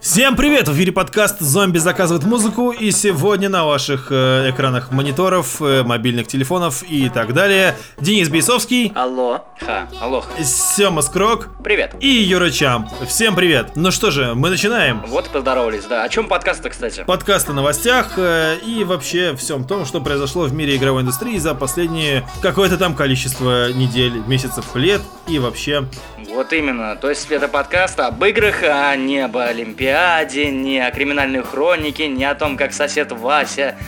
Всем привет! В эфире подкаст «Зомби заказывают музыку», и сегодня на ваших экранах мониторов, мобильных телефонов и так далее Денис Бейсовский. Алло. Алло. Сема Скрок. Привет. И Юра Чамп. Всем привет! Ну что же, мы начинаем. Вот и поздоровались, да. О чем подкаст-то, кстати? Подкаст о новостях и вообще всем том, что произошло в мире игровой индустрии за последние какое-то там количество недель, месяцев, лет и вообще... Вот именно. То есть это подкаст об играх, а не об Олимпиаде, не о криминальной хронике, не о том, как сосед Вася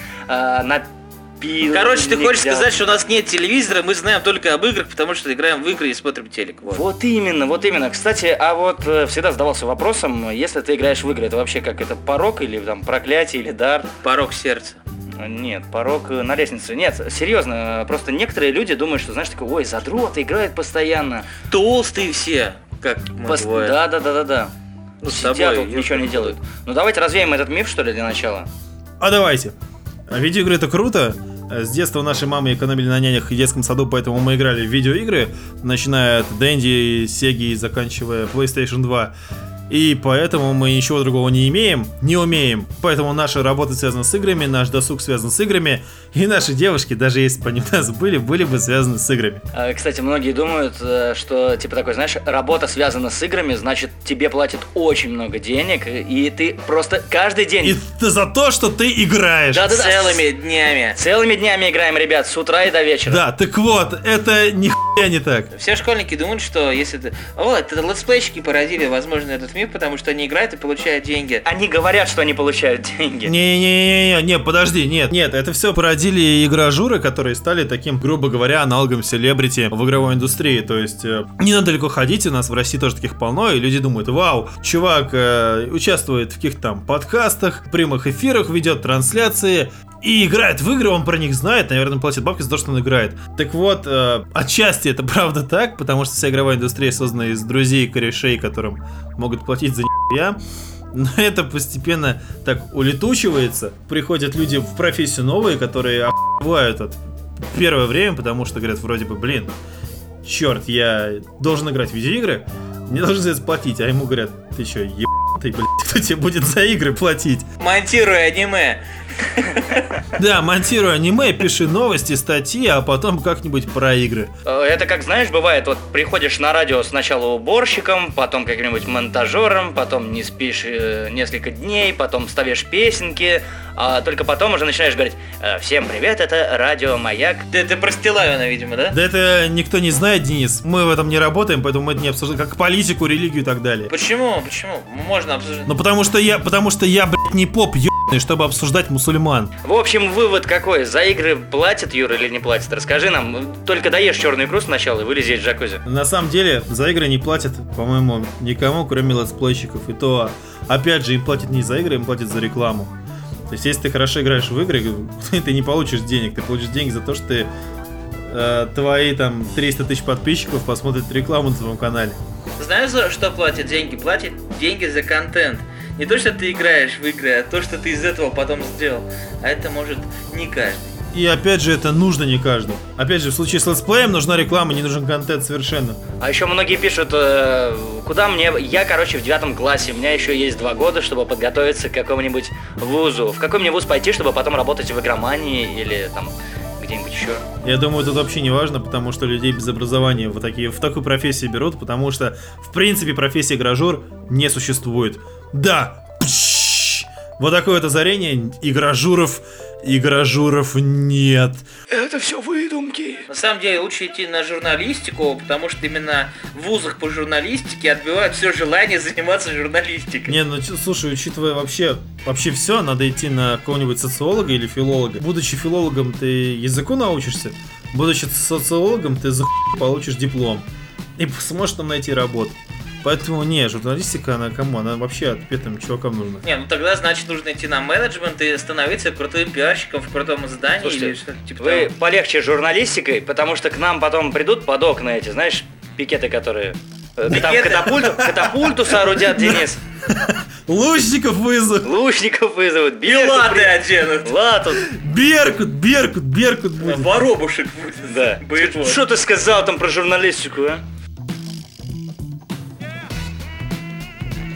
напил. Короче, ты хочешь сказать, что у нас нет телевизора, мы знаем только об играх, потому что играем в игры и смотрим телек. Вот именно. Кстати, а вот всегда задавался вопросом, если ты играешь в игры, это вообще как, это порок или там проклятие или дар? Порок сердца. Нет, порок на лестнице. Нет, серьезно, просто некоторые люди думают, что, знаешь, такой, ой, задроты, играют постоянно. Толстые все, как бывает. Да. Ну, сидят, тут ничего не делают. Ну давайте развеем этот миф, что ли, для начала. А давайте. Видеоигры — это круто. С детства наши мамы экономили на нянях и детском саду, поэтому мы играли в видеоигры, начиная от Денди, Сеги и заканчивая PlayStation 2. И поэтому мы ничего другого не умеем. Поэтому наша работа связана с играми, наш досуг связан с играми. И наши девушки, даже если бы они у нас были бы связаны с играми. Кстати, многие думают, что, типа такой, знаешь, работа связана с играми, значит, тебе платят очень много денег, и ты просто каждый день... И за то, что ты играешь. Да. Целыми днями. Целыми днями играем, ребят, с утра и до вечера. Да, так вот, это нихуя не так. Все школьники думают, что если ты... Вот, это летсплейщики породили, возможно, этот миф, потому что они играют и получают деньги. Они говорят, что они получают деньги. Не, подожди, нет, это все породили игражуры, которые стали таким, грубо говоря, аналогом селебрити в игровой индустрии. То есть не надо далеко ходить, у нас в России тоже таких полно, и люди думают: вау, чувак участвует в каких-то там подкастах, прямых эфирах, ведет трансляции и играет в игры, он про них знает, наверное, платит бабки за то, что он играет. Так вот, отчасти это правда так, потому что вся игровая индустрия создана из друзей и корешей, которым могут платить за нихуя. Но это постепенно так улетучивается. Приходят люди в профессию новые, которые охуевают от первое время, потому что говорят вроде бы: блин, черт, я должен играть в видеоигры, мне должны за это платить. А ему говорят: ты че, ебаный, блядь, кто тебе будет за игры платить? Монтируй аниме. Да, монтируй аниме, пиши новости, статьи, а потом как-нибудь про игры. Это как, знаешь, бывает, вот приходишь на радио сначала уборщиком, потом каким-нибудь монтажером, потом не спишь несколько дней, потом ставишь песенки, а только потом уже начинаешь говорить: всем привет, это радио Маяк. Это про Стилавина, видимо, да? Да это никто не знает, Денис, мы в этом не работаем, поэтому мы это не обсуждаем, как политику, религию и так далее. Почему? Можно обсуждать. Ну потому что я, блядь, не поп, чтобы обсуждать мусульман. В общем, вывод какой? За игры платят, Юра, или не платят? Расскажи нам. Только доешь черную икру сначала и вылези из джакузи. На самом деле, за игры не платят, по-моему, никому, кроме летсплейщиков. И то, опять же, им платят не за игры, им платят за рекламу. То есть, если ты хорошо играешь в игры, ты не получишь денег. Ты получишь деньги за то, что ты твои там 300 тысяч подписчиков посмотрят рекламу на твоем канале. Знаешь, за что платят деньги? Платят деньги за контент. Не то, что ты играешь в игры, а то, что ты из этого потом сделал. А это может не каждый. И опять же, это нужно не каждому. Опять же, в случае с летсплеем нужна реклама, не нужен контент совершенно. А еще многие пишут: куда мне... Я, в 9 классе, у меня еще есть 2 года, чтобы подготовиться к какому-нибудь вузу. В какой мне вуз пойти, чтобы потом работать в игромании или там где-нибудь еще? Я думаю, тут вообще не важно, потому что людей без образования в такую профессию берут, потому что, в принципе, профессия игражур не существует. Да! Вот такое вот озарение: игражуров нет. Это все выдумки. На самом деле лучше идти на журналистику, потому что именно в вузах по журналистике отбивают все желание заниматься журналистикой. Не, ну слушай, учитывая вообще все, надо идти на какого-нибудь социолога или филолога. Будучи филологом, ты языку научишься, будучи социологом, ты получишь диплом и сможешь там найти работу. Поэтому не, журналистика, она кому? Она вообще отпетым чувакам нужна. Не, ну тогда значит нужно идти на менеджмент и становиться крутым пиарщиком в крутом издании. Слушайте, или что-то типа вы того. полегче с журналистикой, потому что к нам потом придут под окна эти, знаешь, пикеты, которые... Катапульту соорудят, Денис. Лучников вызовут. Билаты оденут. Латут. Беркут будет. Воробушек будет. Да. Что ты сказал там про журналистику, а?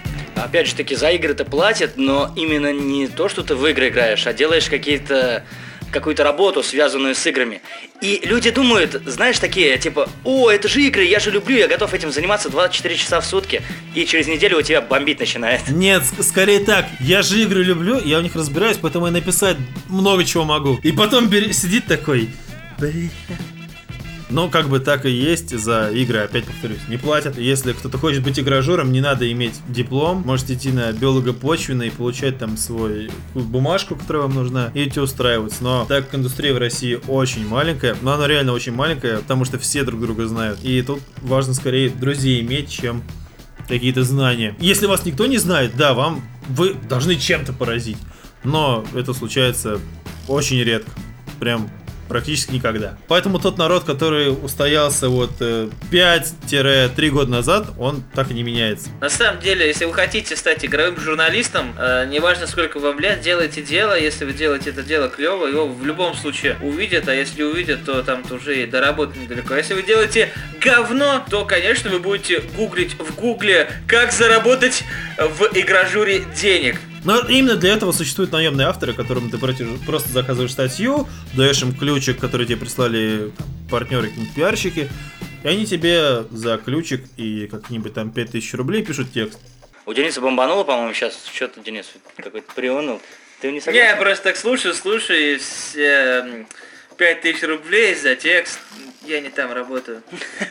опять же таки, за игры-то платят, но именно не то, что ты в игры играешь, а делаешь какую-то работу, связанную с играми. И люди думают, знаешь, такие, типа, о, это же игры, я же люблю, я готов этим заниматься 24 часа в сутки, и через неделю у тебя бомбить начинает. Нет, скорее так, я же игры люблю, я в них разбираюсь, поэтому я написать много чего могу. И потом сидит такой, блин. Ну, как бы так и есть, за игры, опять повторюсь, не платят. Если кто-то хочет быть игражуром, не надо иметь диплом. Можете идти на биолого-почвенный и получать там свою бумажку, которая вам нужна, и идти устраиваться. Но так как индустрия в России очень маленькая, но она реально очень маленькая, потому что все друг друга знают. И тут важно скорее друзей иметь, чем какие-то знания. Если вас никто не знает, да, вы должны чем-то поразить. Но это случается очень редко. Прям практически никогда. Поэтому тот народ, который устоялся 5-3 года назад, он так и не меняется. На самом деле, если вы хотите стать игровым журналистом, неважно сколько вам лет, делайте дело. Если вы делаете это дело клево, его в любом случае увидят, а если увидят, то там-то уже и до работы недалеко. А если вы делаете говно, то, конечно, вы будете гуглить в гугле, как заработать в игражуре денег. Но именно для этого существуют наемные авторы, которым ты просто заказываешь статью, даешь им ключик, который тебе прислали партнеры, какие-нибудь пиарщики, и они тебе за ключик и как-нибудь там 5000 рублей пишут текст. У Дениса бомбануло, по-моему, сейчас. Что-то Денис какой-то приунул. Ты не согласен? Я просто так слушаю, и все 5000 рублей за текст. Я не там работаю.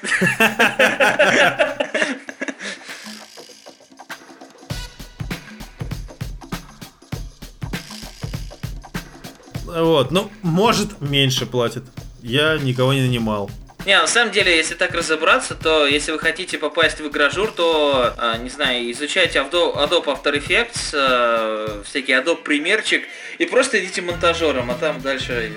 Вот, ну, может, меньше платят. Я никого не нанимал. Не, на самом деле, если так разобраться, то если вы хотите попасть в игражур, то, не знаю, изучайте Adobe After Effects, всякий Adobe примерчик, и просто идите монтажером, а там дальше...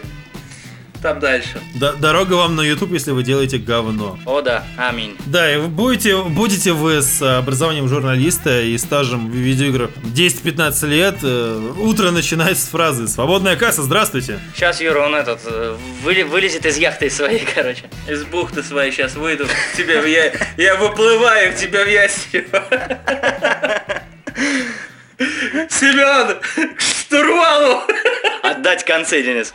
Дорога вам на YouTube, если вы делаете говно. О да, аминь. Да, и будете вы с образованием журналиста и стажем в видеоиграх 10-15 лет. Утро начинается с фразы «Свободная касса, здравствуйте». Сейчас Юра, он вылезет из яхты своей, короче. Из бухты своей сейчас выйду к тебе, я выплываю к тебе в ясень. Семен, к штурвалу! Отдать концы, Денис.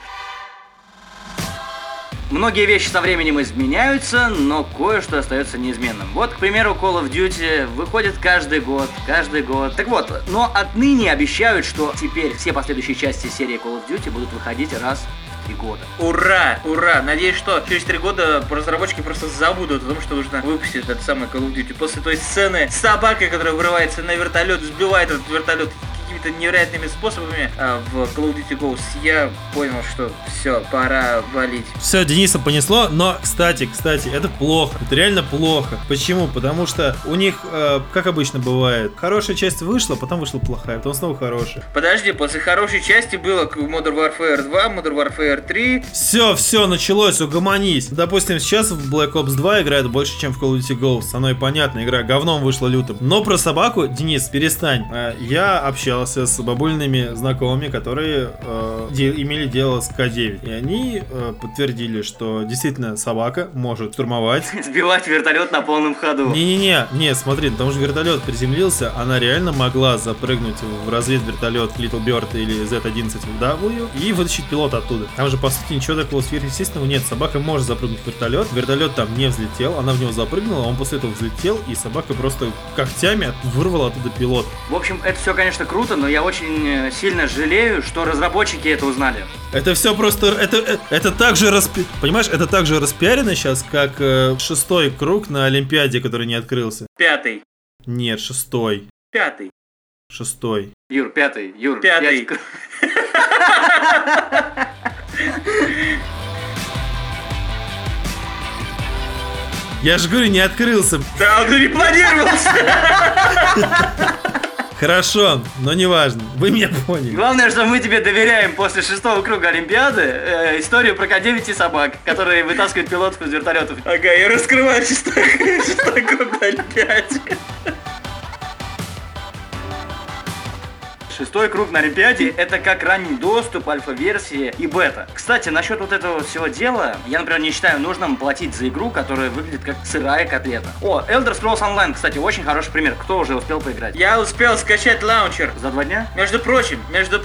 Многие вещи со временем изменяются, но кое-что остается неизменным. Вот, к примеру, Call of Duty выходит каждый год. Так вот, но отныне обещают, что теперь все последующие части серии Call of Duty будут выходить раз в 3 года. Ура! Надеюсь, что через 3 года разработчики просто забудут о том, что нужно выпустить этот самый Call of Duty. После той сцены с собакой, которая вырывается на вертолет, сбивает этот вертолет какими-то невероятными способами в Call of Duty Ghosts, я понял, что все, пора валить. Все, Дениса понесло, но, кстати, это плохо. Это реально плохо. Почему? Потому что у них, как обычно бывает, хорошая часть вышла, потом вышла плохая, потом снова хорошая. Подожди, после хорошей части было Modern Warfare 2, Modern Warfare 3. Все, началось, угомонись. Допустим, сейчас в Black Ops 2 играет больше, чем в Call of Duty Ghosts. Оно и понятно, игра говном вышла лютым. Но про собаку, Денис, перестань. Я общался с бабульными знакомыми, которые имели дело с К9. И они подтвердили, что действительно собака может штурмовать. Сбивать вертолет на полном ходу. Не, смотри, потому что вертолет приземлился, она реально могла запрыгнуть в разведвертолет Little Bird или Z-11W и вытащить пилота оттуда. Там же, по сути, ничего такого сверхъестественного нет. Собака может запрыгнуть в вертолет там не взлетел, она в него запрыгнула, он после этого взлетел, и собака просто когтями вырвала оттуда пилот. В общем, это все, конечно, круто, но я очень сильно жалею, что разработчики это узнали. Это все просто... Это так же понимаешь, это так же распиарено сейчас, как 6-й круг на Олимпиаде, который не открылся. 5-й. Нет, 6-й. 5-й. 6-й. Юр, 5-й. Юр, 5-й. Я же говорю, не открылся. Да, он не планировался. Хорошо, но не важно. Вы меня поняли. Главное, что мы тебе доверяем после 6-го круга Олимпиады историю про К9 и собак, которые вытаскивают пилотов из вертолетов. Ага, я раскрываю 6-й круг на Олимпиаде. 6-й круг на Олимпиаде — это как ранний доступ, альфа-версии и бета. Кстати, насчет вот этого всего дела, я, например, не считаю нужным платить за игру, которая выглядит как сырая котлета. О, Elder Scrolls Online, кстати, очень хороший пример. Кто уже успел поиграть? Я успел скачать лаунчер. За 2 дня? Между прочим,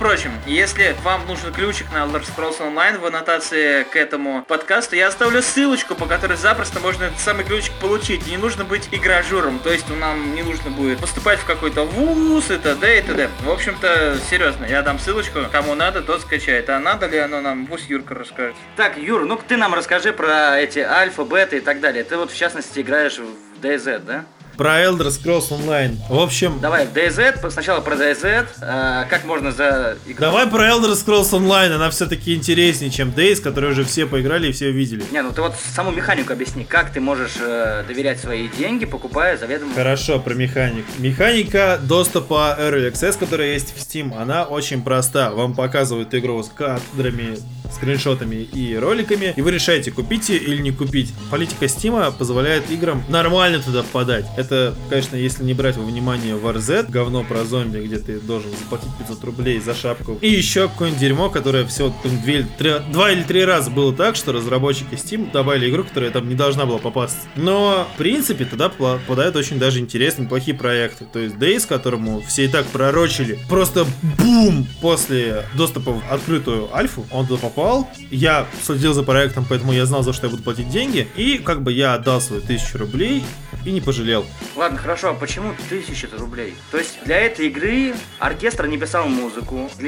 если вам нужен ключик на Elder Scrolls Online, в аннотации к этому подкасту я оставлю ссылочку, по которой запросто можно этот самый ключик получить. Не нужно быть игражуром, то есть нам не нужно будет поступать в какой-то вуз и т.д. и т.д. В общем-то, серьезно, я дам ссылочку, кому надо, тот скачает. А надо ли оно нам, пусть Юрка расскажет. Так, Юр, ну ты нам расскажи про эти альфа, бета и так далее. Ты вот в частности играешь в DayZ, да? Про Elder Scrolls Online. В общем... Давай, DayZ, сначала про DayZ, как можно за... Давай про Elder Scrolls Online, она все-таки интереснее, чем Days, которые уже все поиграли и все увидели. Не, ну ты вот саму механику объясни, как ты можешь доверять свои деньги, покупая заведомо... Хорошо, про механику. Механика доступа Early Access, которая есть в Steam, она очень проста. Вам показывают игру с кадрами, скриншотами и роликами, и вы решаете, купить ее или не купить. Политика Steam позволяет играм нормально туда попадать. Это, конечно, если не брать во внимание WarZ, говно про зомби, где ты должен заплатить 500 рублей за шапку. И еще какое-нибудь дерьмо, которое всего 2 или 3 раза было так, что разработчики Steam добавили игру, которая там не должна была попасть. Но, в принципе, туда попадают очень даже интересные, неплохие проекты. То есть Days, которому все и так пророчили, просто бум! После доступа в открытую альфу, он туда попал. Я следил за проектом, поэтому я знал, за что я буду платить деньги. И как бы я отдал свои 1000 рублей и не пожалел. Ладно, хорошо, а почему 1000 рублей? То есть для этой игры оркестр не писал музыку, для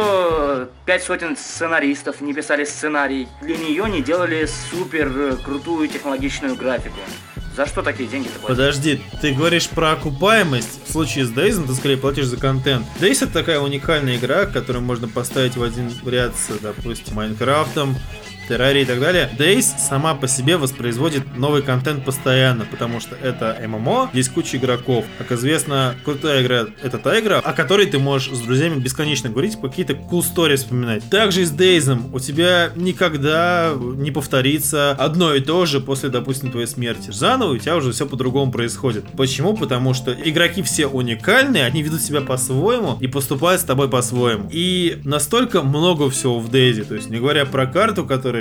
нее 5 сотен сценаристов не писали сценарий, для нее не делали супер крутую технологичную графику. За что такие деньги ты платишь? Подожди, ты говоришь про окупаемость. В случае с Days ты скорее платишь за контент. Days — это такая уникальная игра, которую можно поставить в один ряд с, допустим, Майнкрафтом, Террарии и так далее. Days сама по себе воспроизводит новый контент постоянно, потому что это ММО, есть куча игроков. Как известно, крутая игра — это та игра, о которой ты можешь с друзьями бесконечно говорить, какие-то cool stories вспоминать. Также и с Days у тебя никогда не повторится одно и то же после, допустим, твоей смерти. Заново у тебя уже все по-другому происходит. Почему? Потому что игроки все уникальные, они ведут себя по-своему и поступают с тобой по-своему. И настолько много всего в Days, то есть не говоря про карту, которая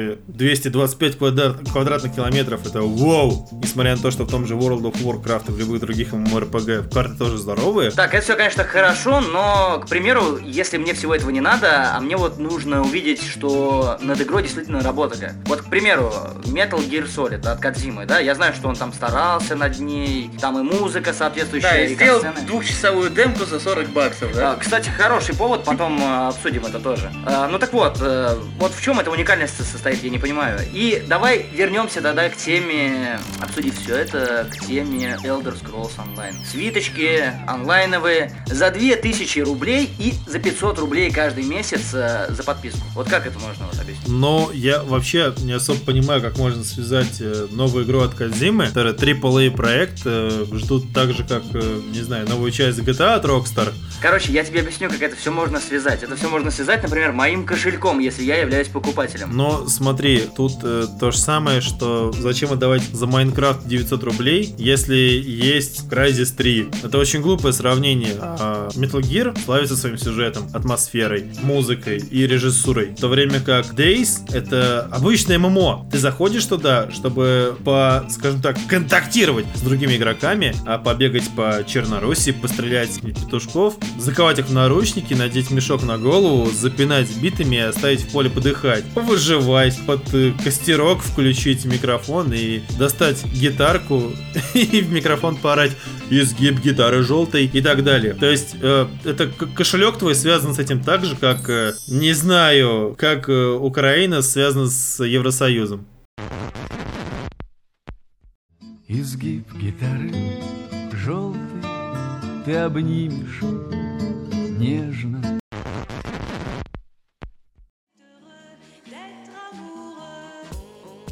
225 квадратных километров, это вау! Несмотря на то, что в том же World of Warcraft и в любых других MMORPG карты тоже здоровые. Так, это все, конечно, хорошо, но, к примеру, если мне всего этого не надо, а мне вот нужно увидеть, что над игрой действительно работали. Вот, к примеру, Metal Gear Solid от Кодзимы, да, я знаю, что он там старался над ней, там и музыка соответствующая, да, и сделал катсцены. 2-часовую демку за $40, да? Кстати, хороший повод, потом обсудим это тоже. Ну так вот, вот в чем эта уникальность состоит, я не понимаю. И давай вернемся тогда к теме, обсудив все это, к теме Elder Scrolls Online. Свиточки онлайновые за 2000 рублей и за 500 рублей каждый месяц за подписку. Вот как это можно вот объяснить? Но я вообще не особо понимаю, как можно связать новую игру от Кодзимы, который AAA проект, ждут так же, как, не знаю, новую часть GTA от Rockstar. Короче, я тебе объясню, как это все можно связать. Это все можно связать, например, моим кошельком, если я являюсь покупателем. Но смотри, тут то же самое, что зачем отдавать за Майнкрафт 900 рублей, если есть Crysis 3. Это очень глупое сравнение. Metal Gear славится своим сюжетом, атмосферой, музыкой и режиссурой. В то время как Days — это обычное ММО. Ты заходишь туда, чтобы скажем так, контактировать с другими игроками, побегать по Черноруссии, пострелять в петушков, заковать их в наручники, надеть мешок на голову, запинать битами и оставить в поле подыхать. Выживать, под костерок включить микрофон и достать гитарку и в микрофон поорать «Изгиб гитары желтой» и так далее. То есть это кошелек твой связан с этим так же, как, не знаю, как Украина связана с Евросоюзом. Изгиб гитары желтой ты обнимешь нежно.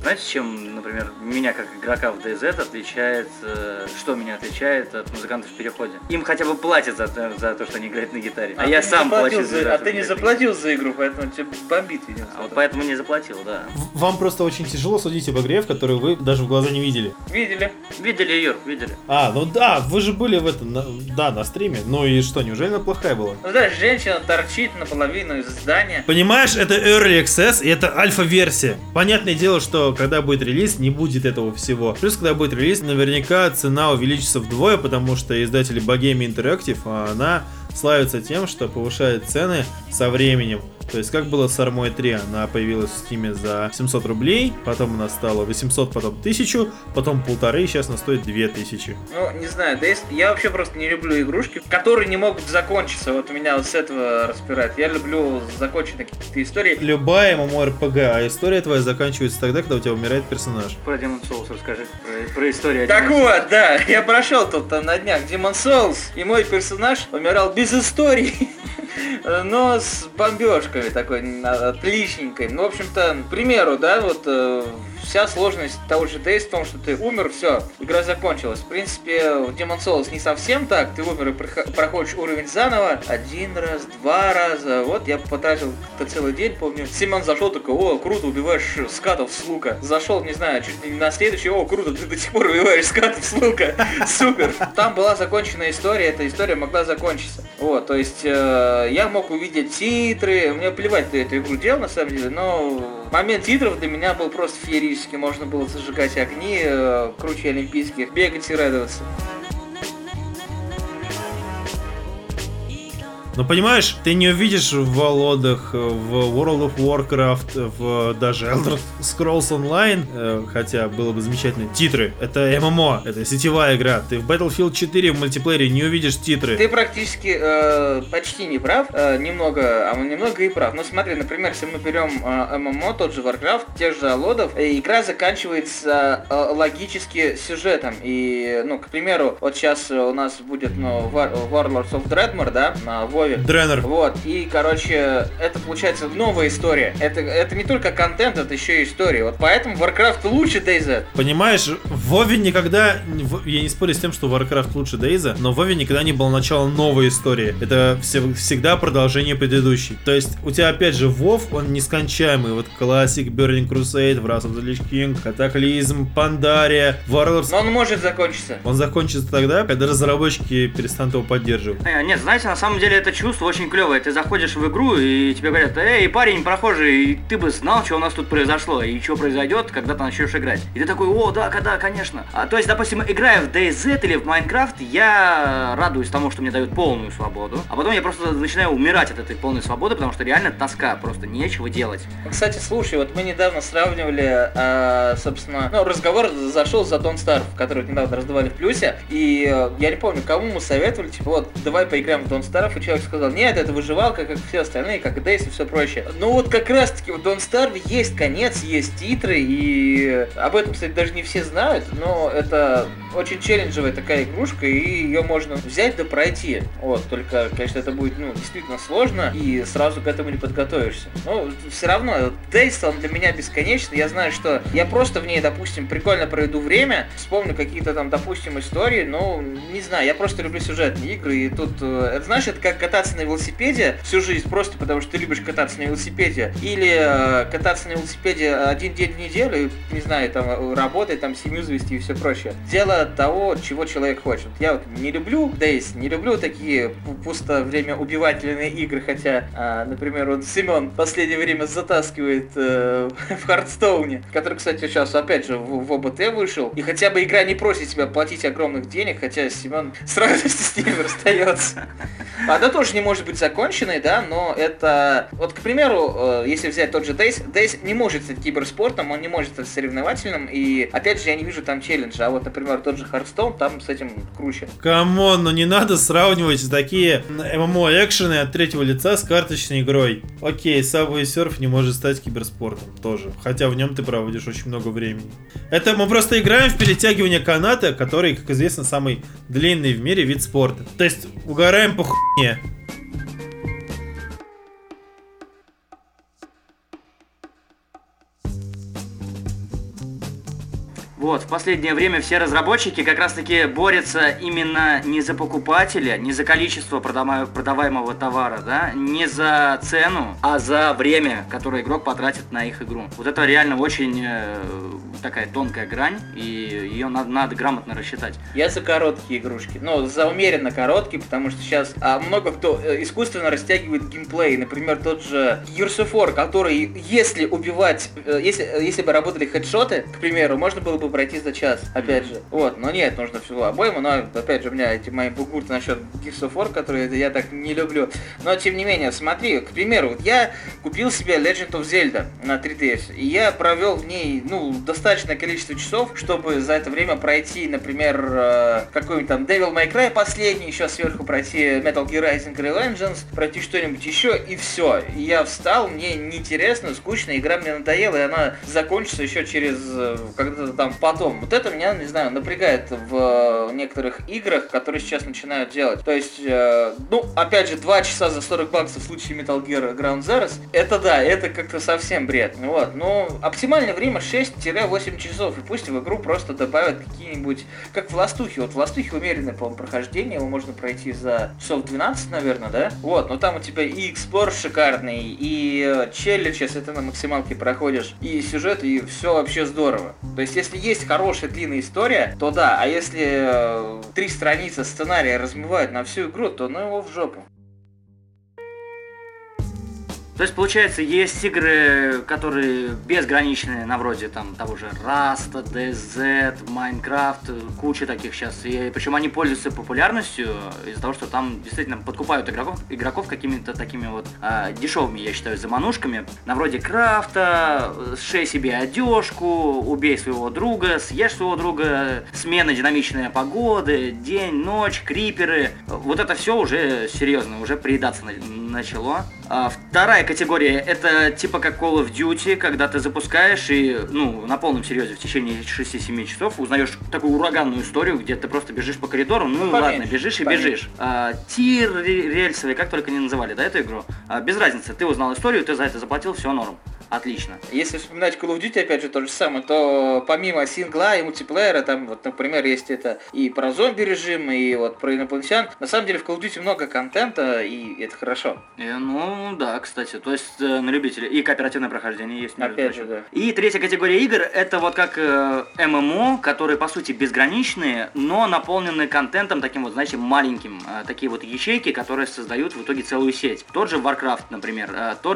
Знаете, чем, например, меня как игрока в DayZ отличает, что меня отличает от музыкантов в Переходе? Им хотя бы платят за то, что они играют на гитаре. А я сам плачу за А ты не заплатил за игру, поэтому тебе бомбит, видимо. А вот поэтому не заплатил, да. Вам просто очень тяжело судить об игре, в которую вы даже в глаза не видели. Видели. Видели, Юр, видели. Ну да, вы же были в этом, на стриме. Ну и что, неужели она плохая была? Ну да, женщина торчит наполовину из здания. Понимаешь, это Early Access и это альфа-версия. Понятное дело, что когда будет релиз, не будет этого всего. Плюс, когда будет релиз, наверняка цена увеличится вдвое, потому что издатели Bohemia Interactive, она славится тем, что повышает цены со временем. То есть, как было с Armoy 3, она появилась в Steam за 700 рублей, потом она стала 800, потом 1000, потом 1500, и сейчас она стоит 2000. Ну, не знаю, да я вообще просто не люблю игрушки, которые не могут закончиться. Вот меня вот с этого распирает. Я люблю законченные какие-то истории. Любая MMORPG, а история твоя заканчивается тогда, когда у тебя умирает персонаж. Про Demon's Souls расскажи, про историю. Так вот, да, я прошел тут на днях Demon's Souls, и мой персонаж умирал без истории. Но с бомбежками такой отличненькой. Ну, в общем-то, к примеру, да, вот вся сложность того же Days в том, что ты умер, все, игра закончилась. В принципе, в Demon's Souls не совсем так. Ты умер и проходишь уровень заново 1 раз, 2 раза. Вот я потратил целый день, помню. Семен зашел такой: о, круто, убиваешь скатов с лука. Зашел, не знаю, чуть не на следующий: о, круто, ты до сих пор убиваешь скатов с лука. Супер. Там была законченная история, эта история могла закончиться. Вот, то есть я мог увидеть титры, мне плевать, кто эту игру делал на самом деле, но момент титров для меня был просто феерический. Можно было зажигать огни, круче олимпийских, бегать и радоваться. Но понимаешь, ты не увидишь в Володах, в World of Warcraft, в даже Elder Scrolls Online, хотя было бы замечательно, титры. Это ММО, это сетевая игра. Ты в Battlefield 4 в мультиплеере не увидишь титры. Ты практически почти не прав, немного и прав. Но смотри, например, если мы берем ММО, тот же Warcraft, тех же Володов, игра заканчивается логически сюжетом. И, ну, к примеру, вот сейчас у нас будет Warlords of Dreadmore, да, на Дренер. Вот, и, короче, это получается новая история. Это не только контент, это еще и история. Вот поэтому Warcraft лучше DayZ. Понимаешь, в Вове никогда... Я не спорю с тем, что Warcraft лучше DayZ, но в Вове никогда не было начала новой истории. Это всегда продолжение предыдущей. То есть, у тебя, опять же, Вов, он нескончаемый. Вот Classic, Burning Crusade, Wrath of the Lich King, Cataclysm, Pandaria, Warlords. Но он может закончиться. Он закончится тогда, когда разработчики перестанут его поддерживать. Нет, знаете, на самом деле это чувство очень клевое. Ты заходишь в игру, и тебе говорят: эй, парень прохожий, ты бы знал, что у нас тут произошло, и что произойдет, когда ты начнешь играть. И ты такой: о, да, конечно. То есть, допустим, играя в DayZ или в Minecraft, я радуюсь тому, что мне дают полную свободу, а потом я просто начинаю умирать от этой полной свободы, потому что реально тоска, просто нечего делать. Кстати, слушай, вот мы недавно сравнивали, собственно, разговор зашел за Don't Starve, который недавно раздавали в плюсе, и я не помню, кому мы советовали, типа, вот, давай поиграем в Don't Starve, и человек сказал: нет, это выживалка, как все остальные, как Days и все прочее. Ну вот как раз таки в Don't Starve есть конец, есть титры, и об этом, кстати, даже не все знают, но это очень челленджевая такая игрушка, и ее можно взять да пройти. Вот, только, конечно, это будет, действительно сложно, и сразу к этому не подготовишься. Но все равно, Days, он для меня бесконечный, я знаю, что я просто в ней, допустим, прикольно проведу время, вспомню какие-то там, допустим, истории, не знаю, я просто люблю сюжетные игры, и тут, это, знаешь, это как кататься на велосипеде всю жизнь просто потому, что ты любишь кататься на велосипеде, или кататься на велосипеде один день в неделю, не знаю, там, работать, там, семью завести и все прочее. Дело того, чего человек хочет. Я вот не люблю Days, не люблю такие пусто время убивательные игры, хотя, например, вот Семен в последнее время затаскивает в Хардстоуне, который, кстати, сейчас, опять же, в ОБТ вышел, и хотя бы игра не просит тебя платить огромных денег, хотя Семен с радостью с ними расстается. Она тоже не может быть законченной, да, но это... Вот, к примеру, если взять тот же Days не может стать киберспортом, он не может стать соревновательным, и, опять же, я не вижу там челленджа, а вот, например, тот же Hearthstone, там с этим круче. Камон, не надо сравнивать такие ММО-экшены от третьего лица с карточной игрой. Окей, Subway Surf не может стать киберспортом тоже, хотя в нем ты проводишь очень много времени. Это мы просто играем в перетягивание каната, который, как известно, самый длинный в мире вид спорта. То есть угораем по хуйне. Вот, в последнее время все разработчики как раз-таки борются именно не за покупателя, не за количество продаваемого товара, да, не за цену, а за время, которое игрок потратит на их игру. Вот это реально очень такая тонкая грань, и ее надо грамотно рассчитать. Я за короткие игрушки, за умеренно короткие, потому что сейчас много кто искусственно растягивает геймплей. Например, тот же Gears of War, который, если убивать, если бы работали хедшоты, к примеру, можно было бы пройти за час, опять же. Вот, но нет, нужно всего обойму, но опять же у меня эти мои бугурты насчет Gears of War, которые я так не люблю. Но тем не менее, смотри, к примеру, вот я купил себе Legend of Zelda на 3DS, и я провел в ней, достаточное количество часов, чтобы за это время пройти, например, какой-нибудь там Devil May Cry последний, еще сверху пройти Metal Gear Rising Revengeance, пройти что-нибудь еще, и все. И я встал, мне неинтересно, скучно, игра мне надоела, и она закончится еще через когда-то там потом. Вот это меня, не знаю, напрягает в некоторых играх, которые сейчас начинают делать. То есть, опять же, 2 часа за $40 в случае Metal Gear Ground Zeroes, это да, это как-то совсем бред. Вот, но оптимальное время 6-8 часов, и пусть в игру просто добавят какие-нибудь, как в Ластухе. Вот в Ластухе умеренное, по-моему, прохождение, его можно пройти за часов 12, наверное, да? Вот, но там у тебя и эксплор шикарный, и челлендж, если ты на максималке проходишь, и сюжет, и все вообще здорово. То есть, если есть хорошая длинная история, то да, а если 3 страницы сценария размывают на всю игру, то его в жопу. То есть, получается, есть игры, которые безграничные, на вроде там того же Rust, DayZ, Minecraft, куча таких сейчас. И причем они пользуются популярностью из-за того, что там действительно подкупают игроков какими-то такими вот дешевыми, я считаю, заманушками. На вроде крафта, сшей себе одежку, убей своего друга, съешь своего друга, смена динамичной погоды, день, ночь, криперы. Вот это все уже серьезно, уже приедаться начало. Вторая категория — это типа как Call of Duty, когда ты запускаешь и, на полном серьезе в течение 6-7 часов узнаешь такую ураганную историю, где ты просто бежишь по коридору, ладно, бежишь и бежишь. Тир рельсовый, как только не называли, да, эту игру, без разницы, ты узнал историю, ты за это заплатил, все норм. Отлично. Если вспоминать Call of Duty, опять же, то же самое, то помимо сингла и мультиплеера, там, вот, например, есть это и про зомби-режим, и вот про инопланетян. На самом деле в Call of Duty много контента, и это хорошо. Да, кстати, то есть на любителей. И кооперативное прохождение есть. Опять же, да. И третья категория игр, это вот как ММО, которые, по сути, безграничные, но наполнены контентом таким вот, знаете, маленьким. Такие вот ячейки, которые создают в итоге целую сеть. Тот же Warcraft, например,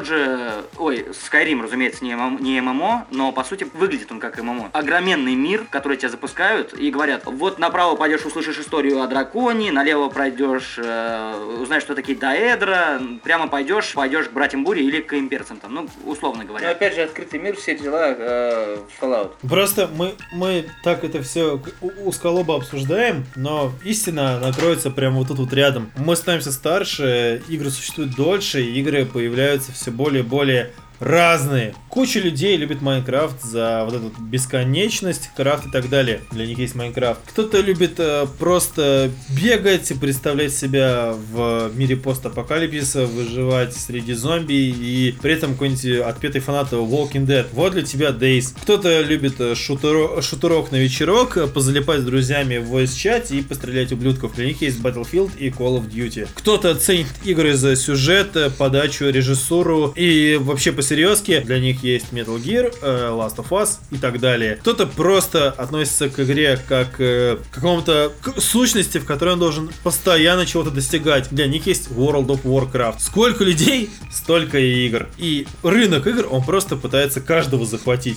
Skyrim, разумеется, не ММО, но по сути выглядит он как ММО. Огроменный мир, который тебя запускают и говорят: вот направо пойдешь, услышишь историю о драконе, налево пройдешь, узнаешь, что такие даэдра, прямо пойдешь к братьям Бури или к имперцам, там, условно говоря. Но опять же, открытый мир, все дела, Fallout. Просто мы так это все узколобо обсуждаем, но истина накроется прямо вот тут вот рядом. Мы становимся старше, игры существуют дольше, игры появляются все более и более разные. Куча людей любит Майнкрафт за вот эту бесконечность, крафт и так далее. Для них есть Майнкрафт. Кто-то любит просто бегать и представлять себя в мире постапокалипсиса, выживать среди зомби и при этом какой-нибудь отпетый фанат Walking Dead. Вот для тебя Days. Кто-то любит шутерок на вечерок, позалипать с друзьями в voice-чате и пострелять ублюдков. Для них есть Battlefield и Call of Duty. Кто-то ценит игры за сюжет, подачу, режиссуру и вообще посерьезки. Для них есть Metal Gear, Last of Us и так далее. Кто-то просто относится к игре как к какому-то сущности, в которой он должен постоянно чего-то достигать. Для них есть World of Warcraft. Сколько людей, столько и игр. И рынок игр, он просто пытается каждого захватить.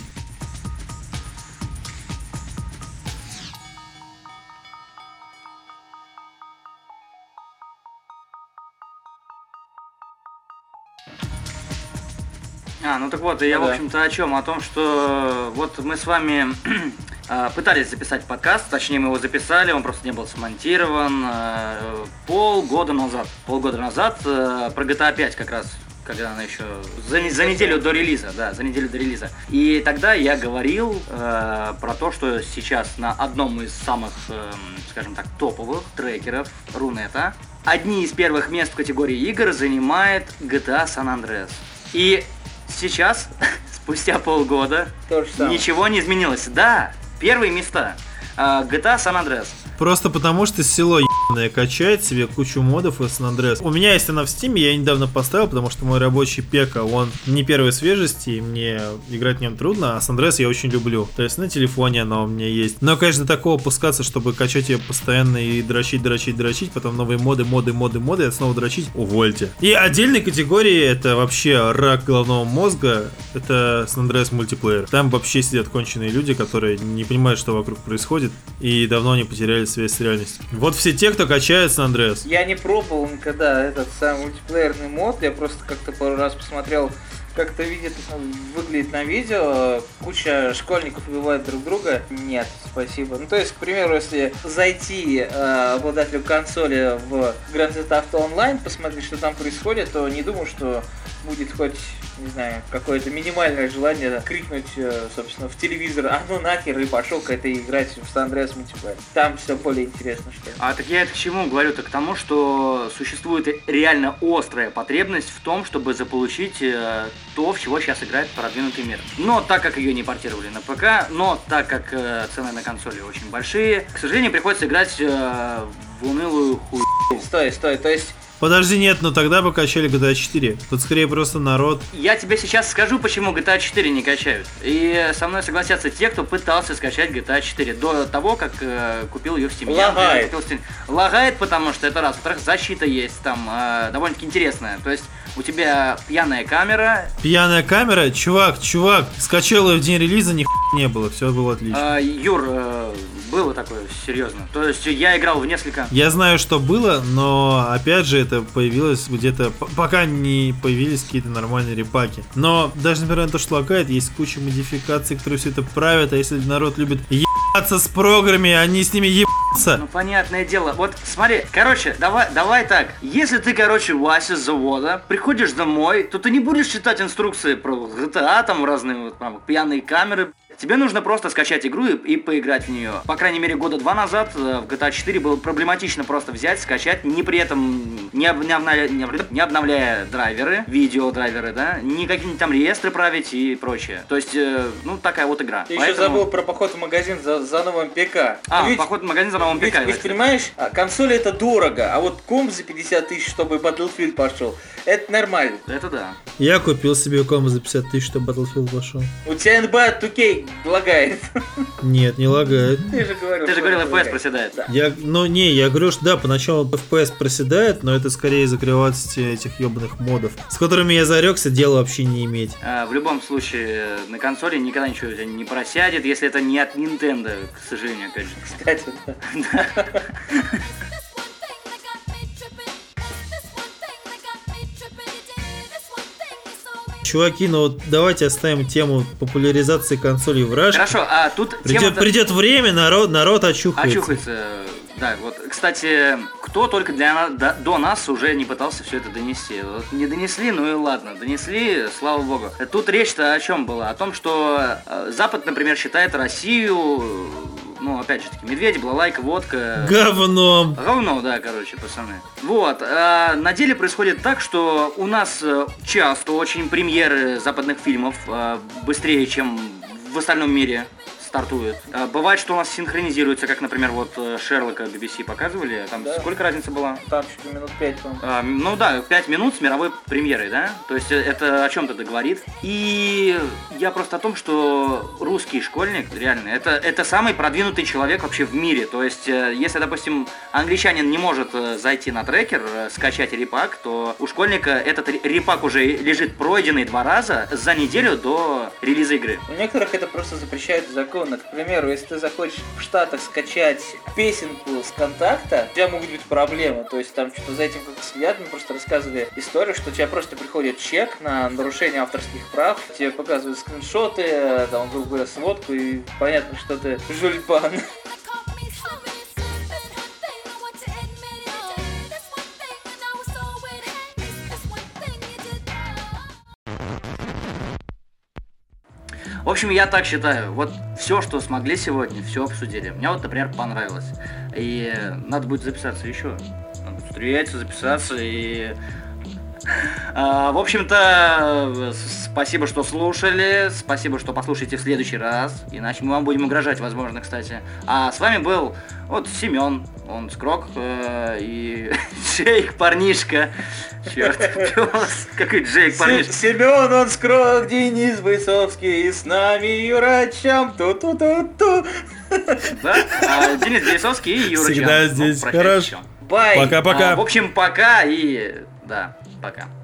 Так вот, я, в общем-то, о чем? О том, что вот мы с вами пытались записать подкаст, точнее, мы его записали, он просто не был смонтирован полгода назад. Полгода назад про GTA 5 как раз, когда она еще за неделю до релиза, да, за неделю до релиза. И тогда я говорил про то, что сейчас на одном из самых, скажем так, топовых трекеров Рунета одни из первых мест в категории игр занимает GTA San Andreas. И сейчас, спустя полгода, ничего не изменилось. Да, Первые места. GTA San Andreas. Просто потому, что село ебаное качает себе кучу модов из San Andreas. У меня есть она в Steam, я недавно поставил, потому что мой рабочий пека, он не первой свежести, и мне играть в нем трудно, а San Andreas я очень люблю. То есть на телефоне она у меня есть. Но, конечно, до такого пускаться, чтобы качать ее постоянно и дрочить, потом новые моды, и снова дрочить, увольте. И отдельной категории, это вообще рак головного мозга, это San Andreas мультиплеер. Там вообще сидят конченые люди, которые не понимают, что вокруг происходит, и давно не потеряли связь с реальностью. Вот все те, кто качает San Andreas. Я не пробовал никогда этот самый мультиплеерный мод, я просто как-то пару раз посмотрел, как это выглядит на видео, куча школьников убивает друг друга. Нет, спасибо. Ну, то есть, к примеру, если зайти обладателю консоли в Grand Theft Auto Online, посмотреть, что там происходит, то не думаю, что будет хоть, не знаю, какое-то минимальное желание крикнуть, собственно, в телевизор: а ну нахер, и пошел к этой играть в San Andreas мультиплеер. Там все более интересно, что ли. Так я это к чему говорю-то? К тому, что существует реально острая потребность в том, чтобы заполучить то, в чего сейчас играет продвинутый мир. Но так как ее не портировали на ПК, но так как цены на консоли очень большие, к сожалению, приходится играть в унылую хуйню. Стой, то есть... Подожди, нет, но тогда бы качали GTA 4. Тут скорее просто народ. Я тебе сейчас скажу, почему GTA 4 не качают. И со мной согласятся те, кто пытался скачать GTA 4 до того, как купил ее в Steam. Лагает. Лагает, потому что это раз. Во-вторых, защита есть там довольно-таки интересная. То есть у тебя пьяная камера. Пьяная камера? Чувак, скачал ее в день релиза, ни не было, все было отлично. Юр, было такое, серьезно. То есть я играл в несколько... Я знаю, что было, но опять же это появилось где-то... Пока не появились какие-то нормальные репаки. Но даже несмотря на то, что лагает, есть куча модификаций, которые все это правят, а если народ любит ебаться с программами, они с ними ебаться. Ну, понятное дело. Вот, смотри, короче, давай так. Если ты, Вася с завода, приходишь домой, то ты не будешь читать инструкции про GTA, там разные вот, там, пьяные камеры. Тебе нужно просто скачать игру и поиграть в нее. По крайней мере, года 2 назад в GTA 4 было проблематично просто взять, скачать, не при этом не обновляя драйверы, видеодрайверы, да, не какие-нибудь там реестры править и прочее. То есть, ну, такая вот игра. Ты еще забыл про поход в магазин за новым ПК. Поход в магазин за новым ПК. Ведь понимаешь, консоли это дорого, а вот комп за 50 тысяч, чтобы Battlefield пошел, это нормально. Это да. Я купил себе комп за 50 тысяч, чтобы Battlefield пошел. У тебя NBA 2K лагает. Нет, не лагает. Ты же говорил, FPS проседает. Да. Я говорю, что да, поначалу FPS проседает, но это скорее из-за кривоватости этих ебаных модов, с которыми я зарекся дело вообще не иметь. В любом случае, на консоли никогда ничего не просядет, если это не от Nintendo, к сожалению, опять же. Кстати, да. Чуваки, ну вот давайте оставим тему популяризации консолей в Rush. Хорошо, а тут придет время, народ очухается. Очухается, да, вот. Кстати, кто только до нас уже не пытался все это донести. Вот не донесли, ну и ладно, донесли, слава богу. Тут речь-то о чем была? О том, что Запад, например, считает Россию... Ну, опять же таки, медведь, балалайка, водка. Говном. Говно, да, короче, пацаны. Вот, на деле происходит так, что у нас часто очень премьеры западных фильмов быстрее, чем в остальном мире стартует. Бывает, что у нас синхронизируется, как, например, вот Шерлока BBC показывали. Там да. Сколько разница была? Там чуть ли минут 5, по-моему. Ну да, 5 минут с мировой премьерой, да? То есть это о чем-то договорит. И я просто о том, что русский школьник, реально, это самый продвинутый человек вообще в мире. То есть, если, допустим, англичанин не может зайти на трекер, скачать репак, то у школьника этот репак уже лежит пройденный 2 раза за неделю до релиза игры. У некоторых это просто запрещает закон. К примеру, если ты захочешь в Штатах скачать песенку с контакта, у тебя могут быть проблемы. То есть там что-то за этим как-то следят. Мы просто рассказывали историю, что у тебя просто приходит чек на нарушение авторских прав, тебе показывают скриншоты, там, грубо говоря, сводку, и понятно, что ты жульбан. В общем, я так считаю. Вот все, что смогли сегодня, все обсудили. Мне вот, например, понравилось. И надо будет записаться еще. Надо встречаться, записаться и... В общем-то, Спасибо, что слушали. Спасибо, что послушаете в следующий раз. Иначе мы вам будем угрожать, возможно, кстати. А с вами был вот Семен. Он Скрок и Джейк парнишка. Черт, пес. Какой Джейк парнишка? Семен, он Скрок, Денис Бойцовский. И с нами Юрачам. Ту-ту-ту-ту. Да? Денис Бойцовский и Юра Всегда Чан. здесь. Прощайте, Хорошо. всё. Бай. Пока-пока. В общем, пока и... Да, пока.